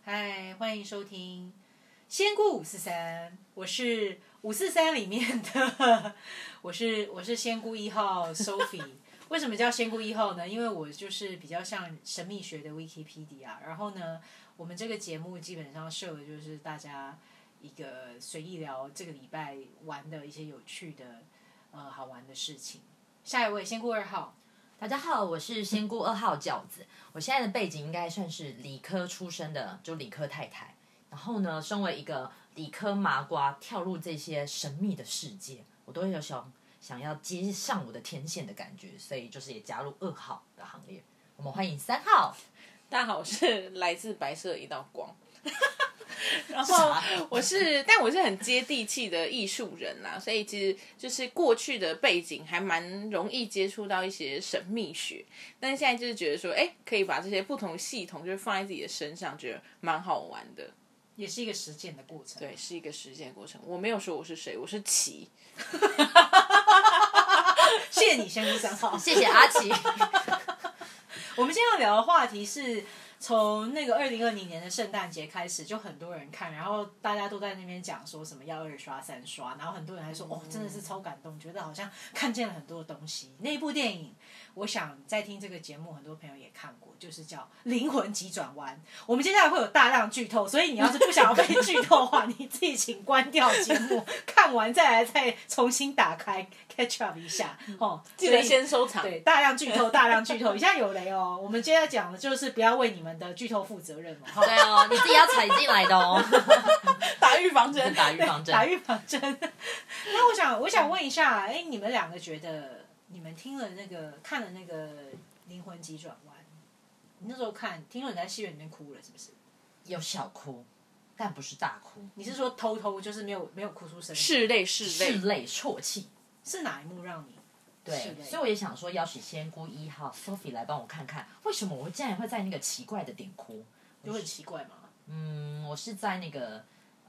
嗨，欢迎收听仙姑543，我是543里面的，我是仙姑1号 Sophie。为什么叫仙姑1号呢？因为我就是比较像神秘学的 Wikipedia。然后呢，我们这个节目基本上设的就是大家一个随意聊这个礼拜玩的一些有趣的好玩的事情。下一位仙姑2号。 大家好，我是仙姑2号饺子。我现在的背景应该算是理科出身的，就理科太太。然后呢，身为一个理科麻瓜，跳入这些神秘的世界，我都会有想要接上我的天线的感觉，所以就是也加入2号的行列。我们欢迎3号。 大家好，我是来自白色的一道光。然后但我是很接地气的艺术人啦，所以其实就是过去的背景还蛮容易接触到一些神秘学，但是现在就是觉得说，可以把这些不同的系统就是放在自己的身上，觉得蛮好玩的， 也是一个实践的过程。 对，是一个实践过程。我没有说我是谁，我是奇。 谢谢你，仙姑3号， 谢谢阿奇。 我们今天要聊的话题是从那个2020年的圣诞节开始，就很多人看，然后大家都在那边讲说什么要2刷3刷，然后很多人还说哦，真的是超感动，觉得好像看见了很多东西。那一部电影，我想在听这个节目，很多朋友也看过，就是叫《灵魂急转弯》。我们接下来会有大量剧透，所以你要是不想要被剧透的话，你自己请关掉节目，看完再重新打开 catch up 一下哦。 记得先收藏。 对，大量剧透，大量剧透，以下有雷哦。我们接下来讲的就是不要为你们的剧透负责任哦。 对哦，你自己要踩进来的哦。 打预防针， 打预防针， 打预防针。那我想问一下，你们2个觉得，你们看了那个《灵魂急转弯》，你那时候听说你在戏院里面哭了，是不是？ 有小哭，但不是大哭。 你是说偷就是没有哭出声？ 拭泪啜泣。 是哪一幕让你？ 对，所以我也想说，邀请仙姑1号 Sophie 来帮我看看，为什么我竟然会在那个奇怪的点哭？ 就很奇怪吗？ 我是在那个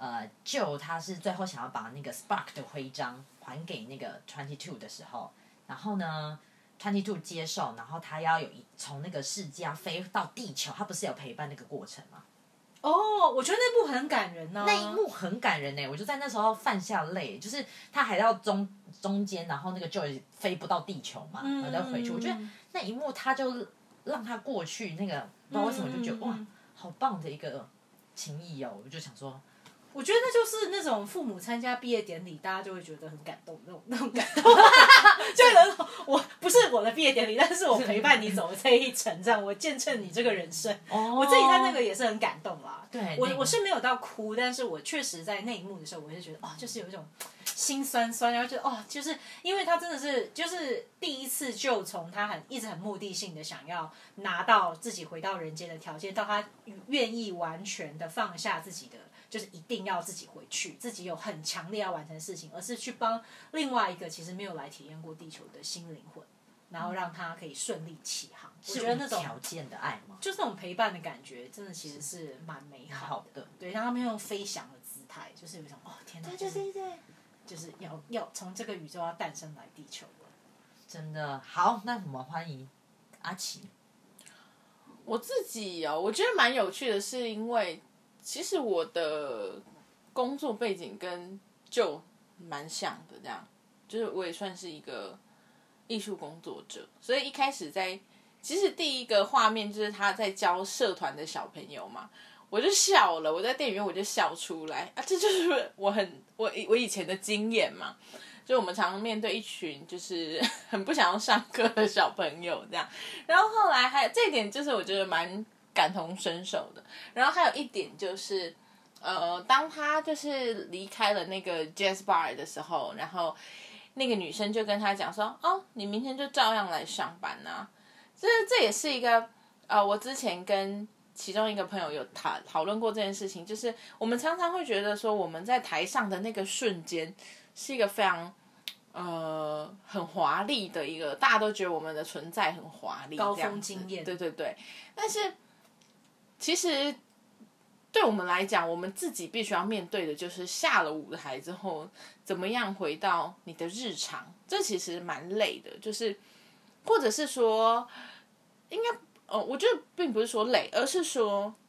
Joe 他是最后想要把那个 Spark 的徽章还给那个 22的时候，然后呢22接受，然后他要从那个世家飞到地球，他不是有陪伴那个过程吗？ 哦，我觉得那部很感人啊， 那一幕很感人我就在那时候泛下泪，就是他还到中间，然后那个 Joe 飞不到地球嘛，然后再回去，我觉得那一幕他就让他过去，那个不知道为什么就觉得哇，好棒的一个情谊哦，我就想说。 我觉得那就是那种父母参加毕业典礼，大家就会觉得很感动那种感动，就有种我不是我的毕业典礼，但是我陪伴你走了这一程，这样我见证你这个人生。我自己在那个也是很感动啦。 对， 我是没有到哭，但是我确实在那一幕的时候，我就觉得就是有一种心酸酸，然后就就是因为他真的是就是第一次就从他一直很目的性的想要拿到自己回到人间的条件，到他愿意完全的放下自己的。就是一定要自己回去，自己有很强烈要完成的事情，而是去帮另外一个其实没有来体验过地球的新灵魂，然后让他可以顺利起航。我觉得那种条件的爱吗？ 就是那种陪伴的感觉，真的其实是蛮美好的。对，让他们用飞翔的姿态，就是有一种天哪， 对， 就是要从这个宇宙要诞生来地球了。 真的好，那我们欢迎阿奇。 我自己我觉得蛮有趣的，是因为。其实我的工作背景跟就蛮像的，这样就是我也算是一个艺术工作者，所以一开始其實第一个画面就是他在教社团的小朋友嘛，我就笑了，我在电影院我就笑出来这就是我以前的经验嘛，就我们常面对一群就是很不想要上课的小朋友这样，然后后来还有这一点就是我觉得蛮。感同身受的，然后还有一点就是，当他就是离开了那个 jazz bar 的时候，然后那个女生就跟他讲说，你明天就照样来上班啊。这也是一个我之前跟其中一个朋友有讨论过这件事情，就是我们常常会觉得说我们在台上的那个瞬间是一个非常很华丽的一个，大家都觉得我们的存在很华丽， 高峰经验， 对，但是。其实，对我们来讲，我们自己必须要面对的就是下了舞台之后，怎么样回到你的日常，这其实蛮累的。就是，或者是说，应该我觉得并不是说累，而是说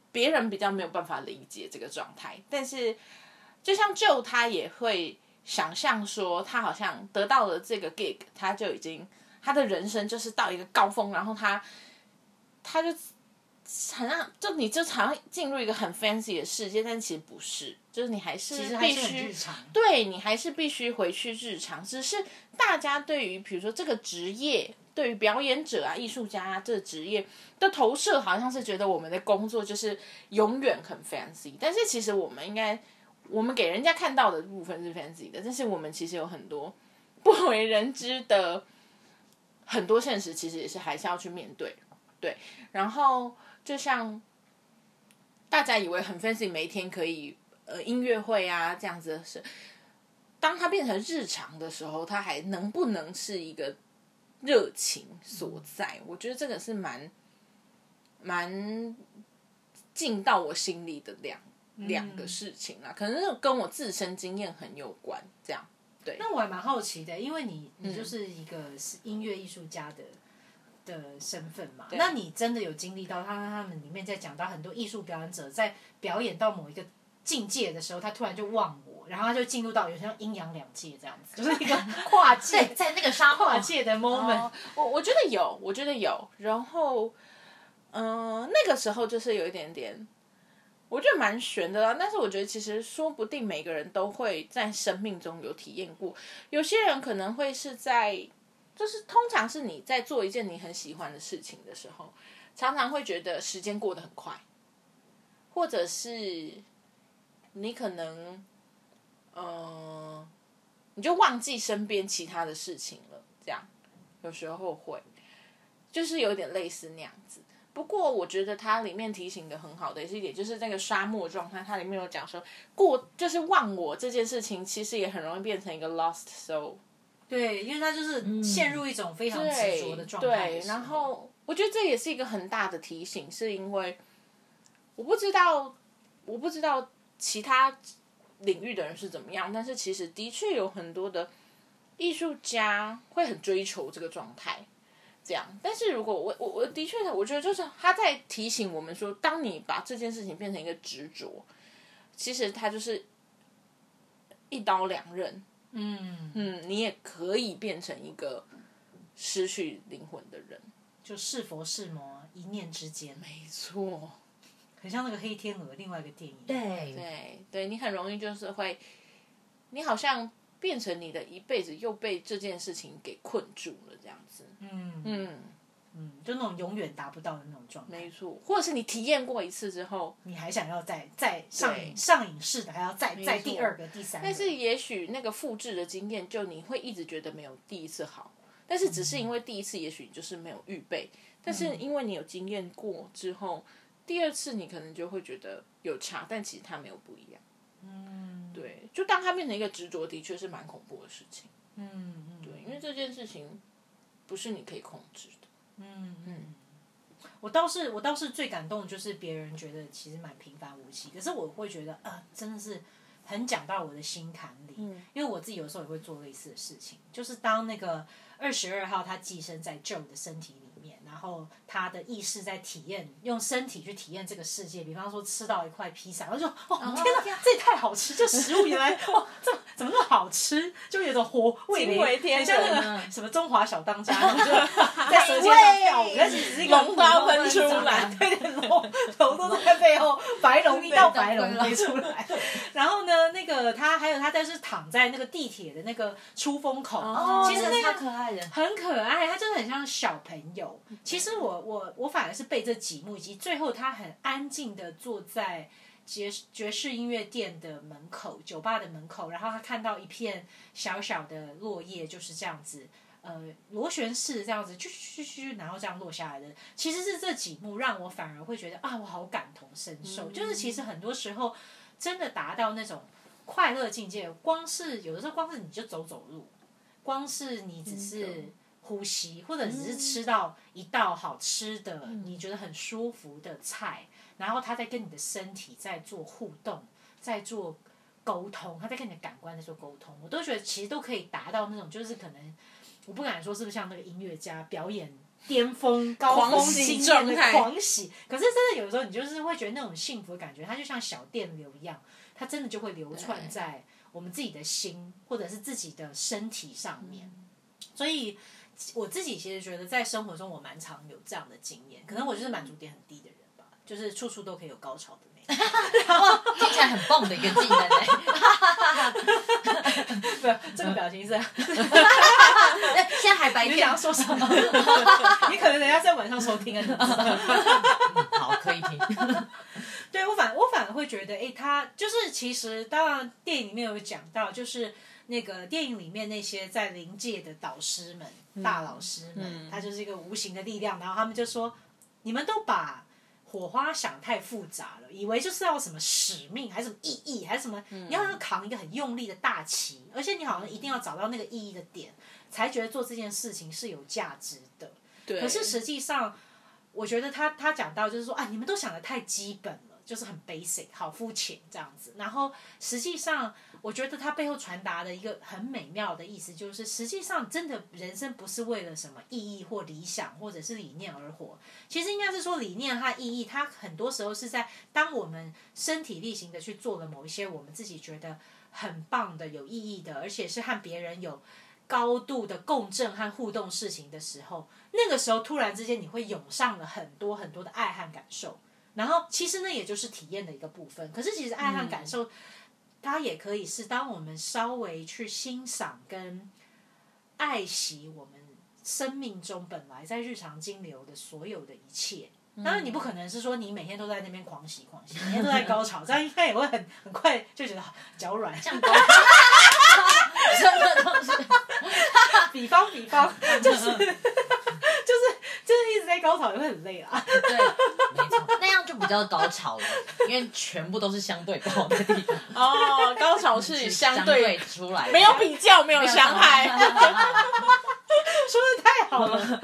别人比较没有办法理解这个状态，但是就像就他也会想象说，他好像得到了这个 gig， 他就已经他的人生就是到一个高峰，然后他就好像就你就好像进入一个很 fancy 的世界，但其实不是，就是你还是必须对你还是必须回去日常，只是大家对于比如说这个职业。对于表演者啊、艺术家啊这个职业的投射，好像是觉得我们的工作就是永远很 fancy， 但是其实我们给人家看到的部分是 fancy 的，但是我们其实有很多不为人知的很多现实，其实也是还是要去面对。对，然后就像大家以为很 fancy， 每一天可以音乐会啊这样子的事，当它变成日常的时候，它还能不能是一个热情所在？我觉得这个是蛮进到我心里的两个事情啦，可能是跟我自身经验很有关。这样，对。 那我还蛮好奇的，因为你就是一个音乐艺术家的身份嘛，那你真的有经历到他们里面在讲到很多艺术表演者在表演到某一个境界的时候，他突然就忘我，然后他就进入到有像阴阳两界这样子，就是一个跨界在那个沙漠跨界的 moment。 我觉得有，然后那个时候就是有一点点，我觉得蛮悬的啦。但是我觉得其实说不定每个人都会在生命中有体验过，有些人可能会是就是通常是你在做一件你很喜欢的事情的时候，常常会觉得时间过得很快，或者是你可能你就忘记身边其他的事情了，这样有时候会就是有点类似那样子。不过我觉得它里面提醒的很好的也是一点，就是那个沙漠状态，它里面有讲说就是忘我这件事情，其实也很容易变成一个 lost soul。 对，因为他就是陷入一种非常执着的状态。 对，然后我觉得这也是一个很大的提醒，是因为我不知道其他领域的人是怎么样，但是其实的确有很多的艺术家会很追求这个状态。这样，但是如果我的确，我觉得就是他在提醒我们说，当你把这件事情变成一个执着，其实它就是一刀两刃。你也可以变成一个失去灵魂的人， 就是佛是魔，一念之间。 没错， 很像那个黑天鹅另外一个电影。 对，你很容易就是会，你好像变成你的一辈子又被这件事情给困住了，这样子。 就那种永远达不到的那种状态。 没错，或者是你体验过一次之后， 你还想要再上瘾式的，还要再第二个、第三个。 但是也许那个复制的经验，就你会一直觉得没有第一次好，但是只是因为第一次也许你就是没有预备，但是因为你有经验过之后，第二次你可能就会觉得有差，但其实它没有不一样。对，就当它变成一个执着，的确是蛮恐怖的事情。对，因为这件事情不是你可以控制的。 我倒是最感动的就是别人觉得其实蛮平凡无奇，可是我会觉得真的是很讲到我的心坎里。因为我自己有时候也会做类似的事情，就是当那个22号他寄生在 Joe 的身体里面，然后他的意识在用身体去体验这个世界，比方说吃到一块披萨，然后就天哪，这也太好吃，这食物原来怎么那么好吃，就有种味蕾，很像那个什么中华小当家，然后就在舌尖上跳舞，但其实是一个龙都要喷出来， 对，龙都在背后，一道白龙飞出来。然后呢，那个他但是躺在那个地铁的那个出风口，其实那个可爱的， 很可爱，他真的很像小朋友。其实我反而是被这几幕以及最后他很安静的坐在爵士音乐店的门口，酒吧的门口，然后他看到一片小小的落叶，就是这样子，螺旋式这样子，然后这样落下来的。其实是这几幕让我反而会觉得我好感同身受。就是其实很多时候真的达到那种快乐境界，有的时候光是你就走走路，光是你只是呼吸，或者只是吃到一道好吃的，你觉得很舒服的菜，然后他在跟你的身体在做互动，在做沟通，他在跟你的感官在做沟通，我都觉得其实都可以达到那种，就是可能我不敢说是不是像那个音乐家表演巅峰高峰狂喜经验的状态狂喜。可是真的有时候你就是会觉得那种幸福的感觉，它就像小电流一样，它真的就会流窜在我们自己的心或者是自己的身体上面。所以我自己其实觉得在生活中我蛮常有这样的经验，可能我就是满足点很低的人吧，就是处处都可以有高潮的那种。 听起来很棒的一个技能不，这个表情是现在还白天你想要说什么？你可能人家在晚上收听啊，你不知道。 好，可以听。 对，我反而会觉得，他就是其实当然电影里面有讲到，就是那个电影里面那些在灵界的导师们、大老师们，他就是一个无形的力量，然后他们就说，你们都把火花想太复杂了，以为就是要什么使命，还是什么意义，还是什么，你要扛一个很用力的大旗，而且你好像一定要找到那个意义的点，才觉得做这件事情是有价值的。 对。 可是实际上，我觉得他讲到就是说，你们都想得太基本了。就是很 basic， 好肤浅这样子。然后实际上，我觉得它背后传达的一个很美妙的意思，就是实际上真的人生不是为了什么意义或理想或者是理念而活。其实应该是说理念和意义，它很多时候是在当我们身体力行的去做了某一些我们自己觉得很棒的、有意义的，而且是和别人有高度的共振和互动事情的时候，那个时候突然之间你会涌上了很多很多的爱和感受。然后其实那也就是体验的一个部分，可是其实爱和感受，它也可以是当我们稍微去欣赏跟爱惜我们生命中本来在日常经流的所有的一切。当然你不可能是说你每天都在那边狂喜，每天都在高潮，这样应该也会很快就觉得脚软。 像高潮什么东西？ 比方就是一直在高潮也会很累啦。 对，没错，那样就比较高潮了，因为全部都是相对高的地方。 哦，高潮是相对出来的， 没有比较，没有伤害。 说的太好了。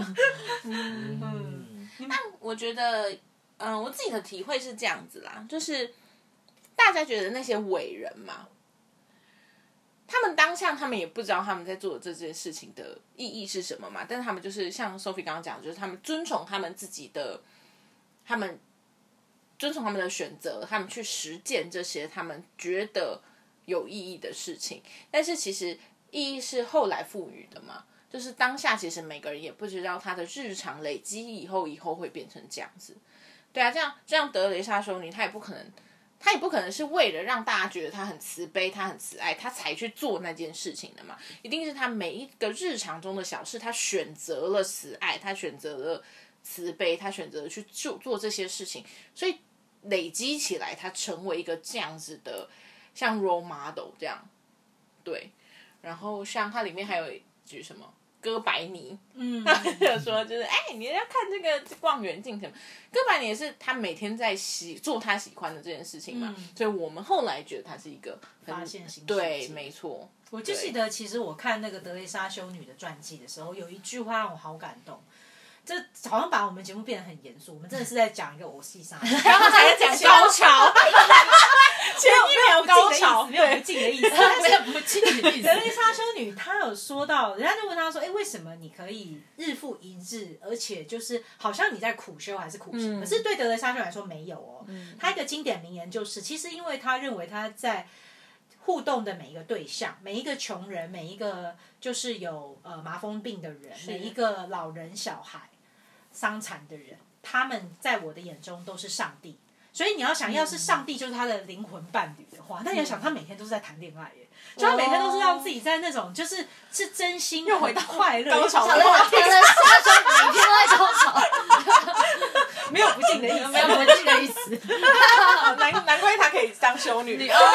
但我觉得，我自己的体会是这样子啦，就是大家觉得那些伟人嘛，他们当下他们也不知道他们在做的这件事情的意义是什么嘛，但是他们就是像 Sophie 刚刚讲的，就是他们遵从他们自己的，他们遵从他们的选择，他们去实践这些他们觉得有意义的事情。但是其实意义是后来赋予的嘛，就是当下其实每个人也不知道他的日常累积以后会变成这样子。对啊，这样德蕾莎修女她也不可能是为了让大家觉得她很慈悲，她很慈爱，她才去做那件事情的嘛。一定是她每一个日常中的小事，她选择了慈爱，她选择了慈悲，她选择了去做这些事情，所以累积起来，她成为一个这样子的像 role model 这样。对，然后像它里面还有一句什么哥白尼，他就说就是你要看这个望远镜什么。哥白尼也是他每天在做他喜欢的这件事情嘛，所以我们后来觉得他是一个发现型对，没错。 我就记得，其实我看那个德蕾莎修女的传记的时候，有一句话让我好感动。这好像把我们节目变得很严肃，我们真的是在讲一个偶戏上， 然后才在讲高潮，前一秒高潮， 没有不敬的意思， 没有不敬的意思。 德蕾莎修女她有说到，人家就问她说，为什么你可以日复一日，而且就是好像你在苦修还是苦行？可是对德蕾莎修女来说没有哦。她一个经典名言就是，其实因为她认为她在互动的每一个对象，每一个穷人，每一个就是有麻风病的人，每一个老人、小孩、伤残的人，他们在我的眼中都是上帝。所以你要想要是上帝就是他的灵魂伴侣的话，那你要想他每天都是在谈恋爱耶，就他每天都是让自己在那种就是真心又回到快乐高潮德蕾莎修女每天都在高潮， 没有不敬的意思， 没有不敬的意思。 难怪她可以当修女， 又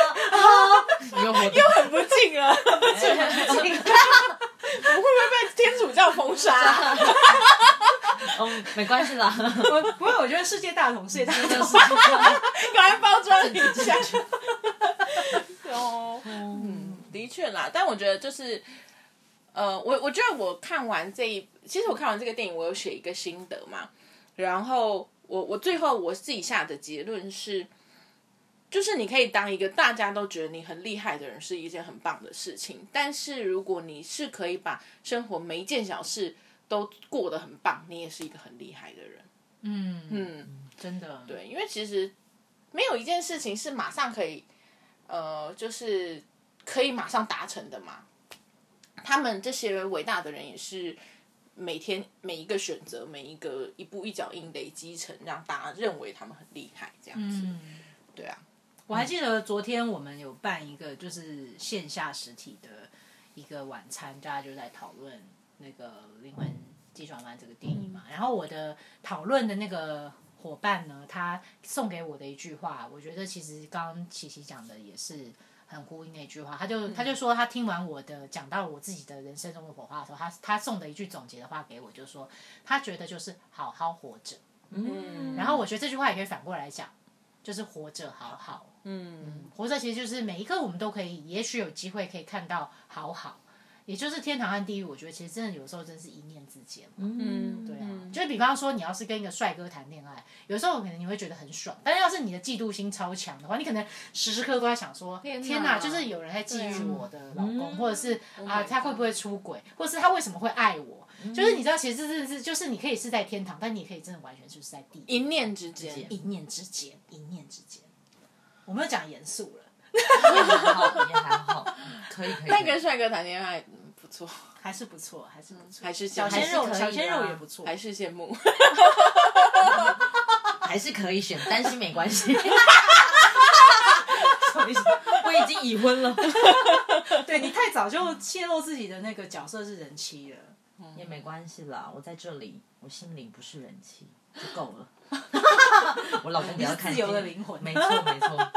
很不敬了，不敬。我会不会被天主教封杀？ 没关系啦。 不过我觉得世界大同，世界大同， 赶快包装一下。的确啦，但我觉得就是，我觉得我看完其实我看完这个电影，我有写一个心得嘛。然后我最后我自己下的结论是，就是你可以当一个大家都觉得你很厉害的人，是一件很棒的事情。但是如果你是可以把生活每一件小事都过得很棒，你也是一个很厉害的人。 真的， 对，因为其实没有一件事情是马上可以，就是可以马上达成的嘛。他们这些伟大的人也是每天每一个选择，每一个一步一脚印累积成，让大家认为他们很厉害这样子。对啊， 我还记得昨天我们有办一个就是线下实体的一个晚餐，大家就在讨论那个《灵魂机转弯》这个电影嘛。然后我的讨论的那个伙伴呢，他送给我的一句话，我觉得其实刚刚琪琪讲的也是很呼应那句话。他就说他听完我的讲到我自己的人生中的火花的时候，他送的一句总结的话给我，就是说他觉得就是好好活着。然后我觉得这句话也可以反过来讲，就是活着好好。活着其实就是每一刻我们都可以，也许有机会可以看到好好。也就是天堂和地狱，我觉得其实真的有时候真是一念之间。对啊，就是比方说你要是跟一个帅哥谈恋爱，有时候可能你会觉得很爽，但是要是你的嫉妒心超强的话，你可能时时刻刻都在想说，天哪，就是有人在觊觎我的老公，或者是他会不会出轨，或者是他为什么会爱我？就是你知道，其实这真的是，就是你可以是在天堂，但你也可以真的完全就是在地狱。 一念之间， 一念之间，一念之间。我们要讲严肃了。 也还好，也还好，可以。 但跟帅哥谈恋爱不错， 还是不错，还是不错， 还是小鲜肉，小鲜肉也不错， 还是羡慕， 还是可以选，担心没关系。我已经已婚了。 对，你太早就泄露自己的那个角色是人妻了， 也没关系啦，我在这里，我心里不是人妻就够了。我老公比较看自由的灵魂， 没错没错。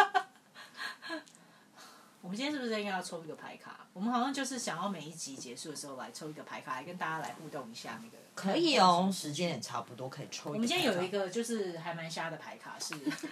我们今天是不是应该要抽一个牌卡？我们好像就是想要每一集结束的时候来抽一个牌卡，来跟大家来互动一下那个。 可以哦，时间也差不多，可以抽一个。 我们今天有一个就是还蛮瞎的牌卡，是，不是？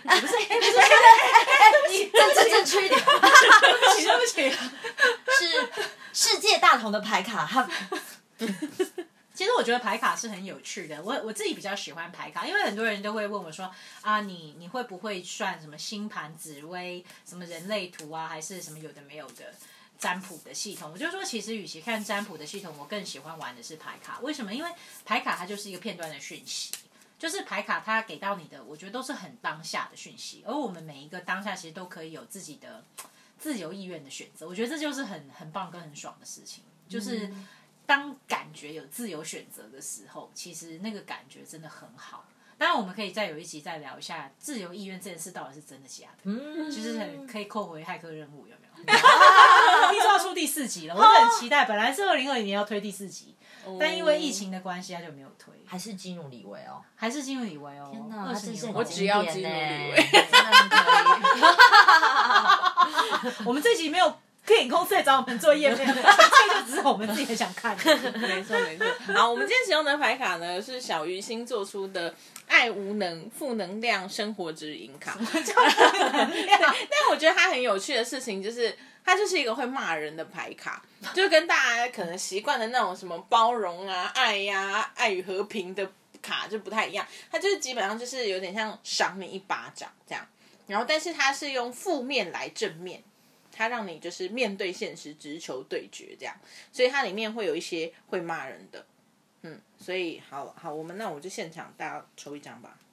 你正确一点。 对不起， 是世界大同的牌卡，它。 其实我觉得牌卡是很有趣的，我自己比较喜欢牌卡，因为很多人都会问我说啊，你会不会算什么星盘、紫微、什么人类图啊，还是什么有的没有的占卜的系统？我就说，其实与其看占卜的系统，我更喜欢玩的是牌卡。为什么？因为牌卡它就是一个片段的讯息，就是牌卡它给到你的，我觉得都是很当下的讯息，而我们每一个当下其实都可以有自己的自由意愿的选择。我觉得这就是很棒跟很爽的事情，就是当感觉有自由选择的时候，其实那个感觉真的很好。当然，我们可以再有一集再聊一下自由意愿这件事到底是真的假的，就是可以扣回骇客任务，有没有？听说要出第4集了，我是很期待。本来是2020年要推第4集，但因为疫情的关系，他就没有推。 还是基努里维哦， 还是基努里维哦。 天哪， 20年我只要基努里维， 真的很可以。我们这集没有电影公司来找我们做业配，这就只是我们自己很想看。 没错没错。好，我们今天使用的牌卡呢是小鱼星做出的爱无能负能量生活指引卡。但我觉得它很有趣的事情就是，它就是一个会骂人的牌卡，就跟大家可能习惯的那种什么包容啊、爱呀、爱与和平的卡就不太一样。它就是基本上就是有点像赏你一巴掌这样，然后但是它是用负面来正面。它让你就是面对现实，直球对决这样，所以它里面会有一些会骂人的，所以好，我就现场大家抽一张吧，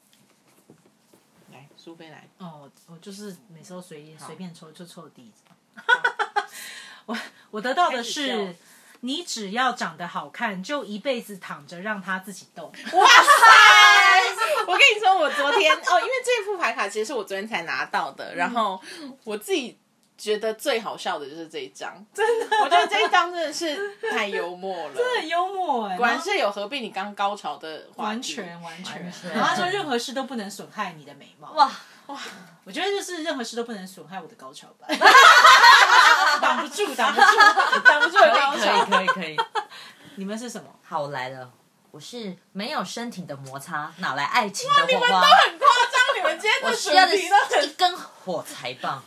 来，苏菲来。 哦，我就是每次都随便抽，就抽第一张。我得到的是，你只要长得好看，就一辈子躺着让它自己动。 哇塞！我跟你说，我昨天因为这副牌卡其实是我昨天才拿到的，然后我自己觉得最好笑的就是这一张，真的，我觉得这一张真的是太幽默了， 真的很幽默哎， 果然是有合并你刚高潮的话题， 完全。然后他说任何事都不能损害你的美貌， 哇， 我觉得就是任何事都不能损害我的高潮吧，挡不住的高潮， 可以。 你们是什么？ 好，我来了，我是没有身体的摩擦，哪来爱情的火花？ 你们都很夸张，你们今天的主题都很一根火柴棒。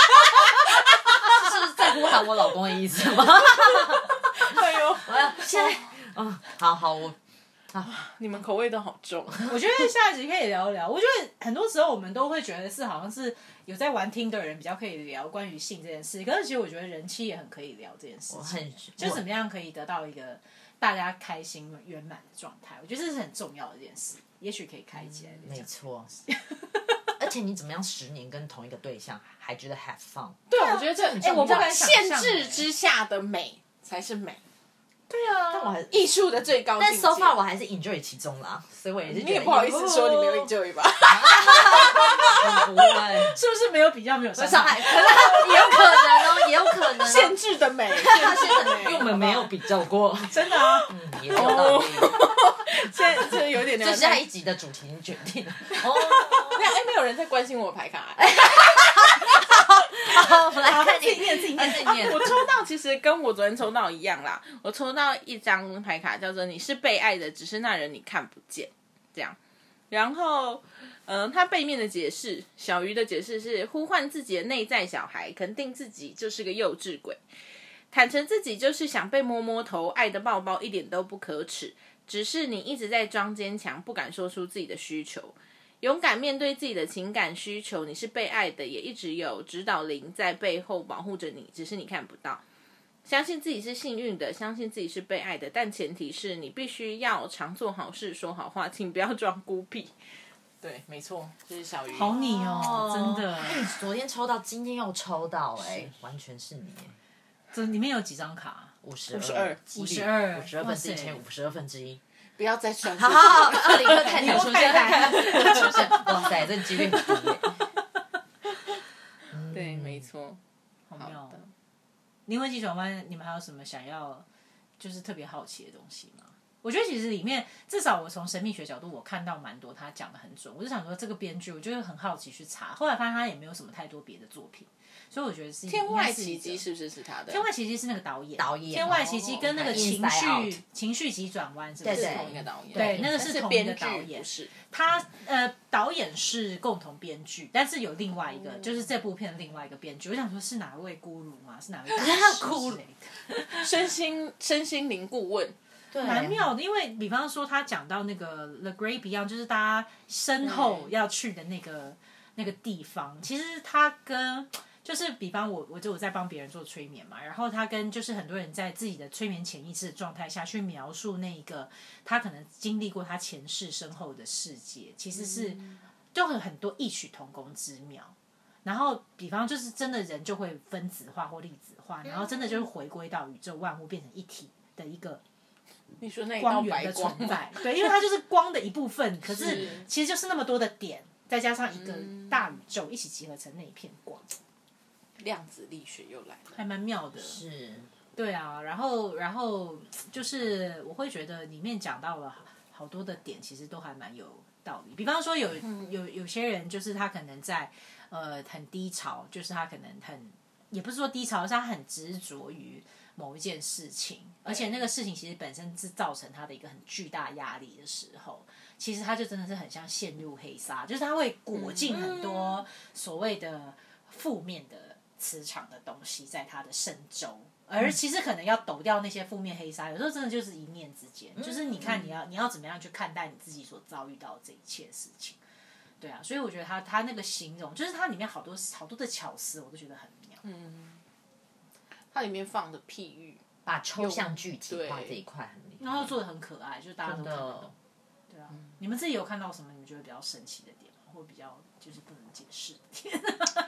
是在呼喊我老公的意思吗？ 哎呦， 我要现在，好，我你们口味都好重。 我觉得下一集可以聊一聊。我觉得很多时候我们都会觉得是好像是有在玩听的人比较可以聊关于性这件事，可是其实我觉得人妻也很可以聊这件事情，就怎么样可以得到一个大家开心圆满的状态。我觉得这是很重要的一件事，也许可以开起来。 没错。而且你怎么样10年跟同一个对象还觉得 have fun？ 对，我觉得这我不敢想象限制之下的美才是美， 对啊， 但我还艺术的最高境界。 但 so far 我还是 enjoy 其中啦，所以我也是觉得你也不好意思说你没有 enjoy 吧？ 不会是不是没有比较没有伤伤害， 害？ 可能也有可能哦，也有可能哦限制的美， 因为我们没有比较过， 真的啊， 也有道理。 现在这有点这下一集的主题已经决定了。 没有人在关心我的牌卡。 好，我们来看自己念自己念。 我抽到其实跟我昨天抽到一样啦，我抽到一张牌卡叫做你是被爱的，只是那人你看不见，这样。然后它背面的解释，小鱼的解释是呼唤自己的内在小孩，肯定自己就是个幼稚鬼，坦诚自己就是想被摸摸头，爱的抱抱一点都不可耻，只是你一直在装坚强，不敢说出自己的需求。勇敢面对自己的情感需求，你是被爱的，也一直有指导灵在背后保护着你，只是你看不到。相信自己是幸运的，相信自己是被爱的，但前提是你必须要常做好事，说好话，请不要装孤僻。对，没错，这是小鱼。 好你哦，真的。 你昨天抽到，今天又抽到，完全是你。 这里面有几张卡 ？52 52 分之一乘以52分之一。 不要再算。 好，立刻太太出现，出现，哇塞，这几率很低耶。 对，没错， 好妙。灵魂急转弯，你们还有什么想要就是特别好奇的东西吗？我觉得其实里面至少我从神秘学角度，我看到蛮多他讲的很准。我就想说这个编剧，我就很好奇去查，后来发现他也没有什么太多别的作品。所以我觉得是天外奇迹是不是他的？ 天外奇迹是那个导演，天外奇迹跟那个情绪急转弯是不是同一个导演？ 对，那个是同一个导演。 是他导演是共同编剧，但是有另外一个，就是这部片的另外一个编剧。我想说是哪位咕噜吗？是哪位咕噜？ 身心灵顾问。 蛮妙的，因为比方说他讲到那个 The Great Beyond， 就是大家身后要去的那个地方，其实他跟就是比方我在帮别人做催眠嘛，然后他跟就是很多人在自己的催眠潜意识的状态下去描述那一个他可能经历过他前世身后的世界，其实是就很多异曲同工之妙。然后比方就是真的人就会分子化或粒子化，然后真的就是回归到宇宙万物变成一体的一个你说那光源的存在，对，因为它就是光的一部分，可是其实就是那么多的点，再加上一个大宇宙一起集合成那一片光， 量子力学又来了， 还蛮妙的。 是， 对啊，然后就是我会觉得里面讲到了好多的点，其实都还蛮有道理。比方说有些人就是他可能在很低潮，就是他可能也不是说低潮，是他很执着于某一件事情，而且那个事情其实本身是造成他的一个很巨大压力的时候，其实他就真的是很像陷入黑沙，就是他会裹进很多所谓的负面的磁场的东西在他的身周，而其实可能要抖掉那些负面黑沙，有时候真的就是一念之间，就是你看你要怎么样去看待你自己所遭遇到的这一切事情。对啊，所以我觉得他那个形容，就是它里面好多的巧思，我都觉得很妙。 它里面放的譬喻， 把抽象具体化这一块很厉害， 然后做的很可爱，就是大家都看得懂。对啊，你们自己有看到什么你们觉得比较神奇的点，或比较就是不能解释的点？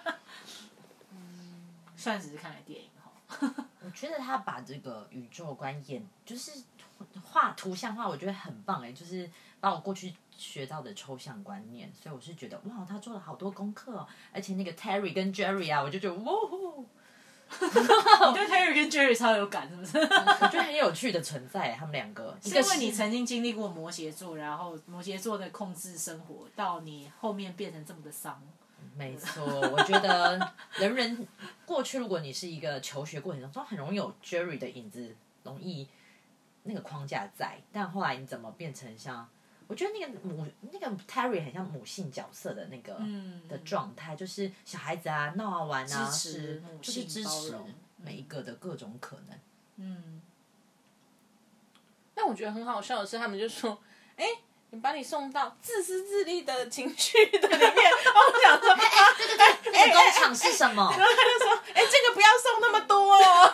虽然只是看了电影哈。 我觉得他把这个宇宙观就是画图像化，我觉得很棒哎，就是把我过去学到的抽象观念，所以我是觉得哇，他做了好多功课哦，而且那个 Terry 跟 Jerry 啊，我就觉得哇呼。 你对 Terry 跟 Jerry 超有感，是不是？ 我觉得很有趣的存在，他们两个。 是因为你曾经经历过摩羯座，然后摩羯座的控制生活，到你后面变成这么的丧。 没错，我觉得人过去，如果你是一个求学过程中，很容易有 Jerry 的影子，容易那个框架在，但后来你怎么变成像？我觉得那个 Terry 很像母性角色的那个的状态，就是小孩子啊闹啊玩啊，就是支持每一个的各种可能。 但我觉得很好笑的是，他们就说：“你把你送到自私自利的情绪的里面。”然后我想说：“ 对，那个工厂是什么？” 然后他就说：“这个不要送那么多哦。”然后还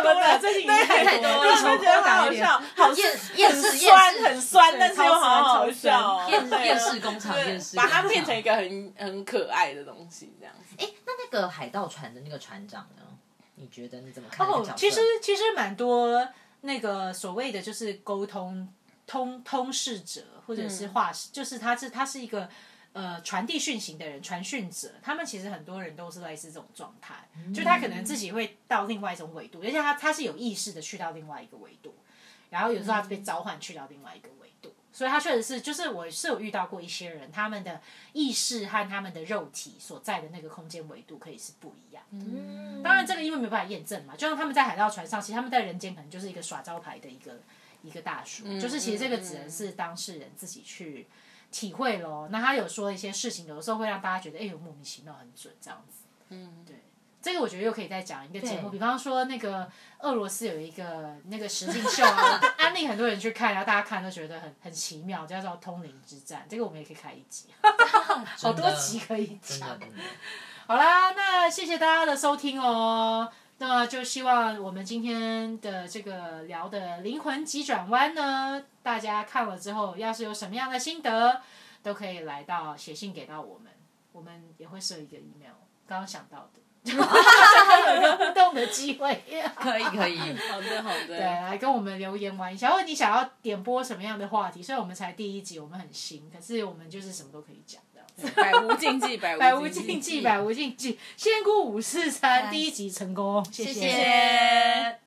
多了， 最近已经太多了我觉得好好笑，好厌世很酸，但是又好好笑， 厌世工厂，厌世把它变成一个很可爱的东西，这样子。 那个海盗船的那个船长呢？你觉得你怎么看这个角色？ 其实蛮多那个所谓的就是沟通事者，或者是就是他是一个传递讯息的人，传讯者。他们其实很多人都是类似这种状态，就他可能自己会到另外一种纬度，而且他是有意识的去到另外一个纬度，然后有时候他被召唤去到另外一个纬度。所以他确实是，就是我是有遇到过一些人，他们的意识和他们的肉体所在的那个空间维度可以是不一样的。当然这个因为没办法验证嘛，就像他们在海盗船上，其实他们在人间可能就是一个耍招牌的一个大叔，就是其实这个只能是当事人自己去体会咯。那他有说一些事情，有的时候会让大家觉得有莫名其妙很准这样子。对。这个我觉得又可以再讲一个节目，比方说那个俄罗斯有一个那个实境秀啊，安利很多人去看，然后大家看都觉得很奇妙，叫做《通灵之战》，这个我们也可以开一集，好多集可以讲。好啦，那谢谢大家的收听哦。那就希望我们今天的这个聊的灵魂急转弯呢，大家看了之后，要是有什么样的心得，都可以写信给到我们，我们也会设一个 email， 刚刚想到的。有一个互动的机会， 可以， 好的， 对，来跟我们留言玩一下，或者你想要点播什么样的话题？虽然我们才第1集，我们很新，可是我们就是什么都可以讲的， 百无禁忌， 百无禁忌，仙姑543第1集成功，谢谢。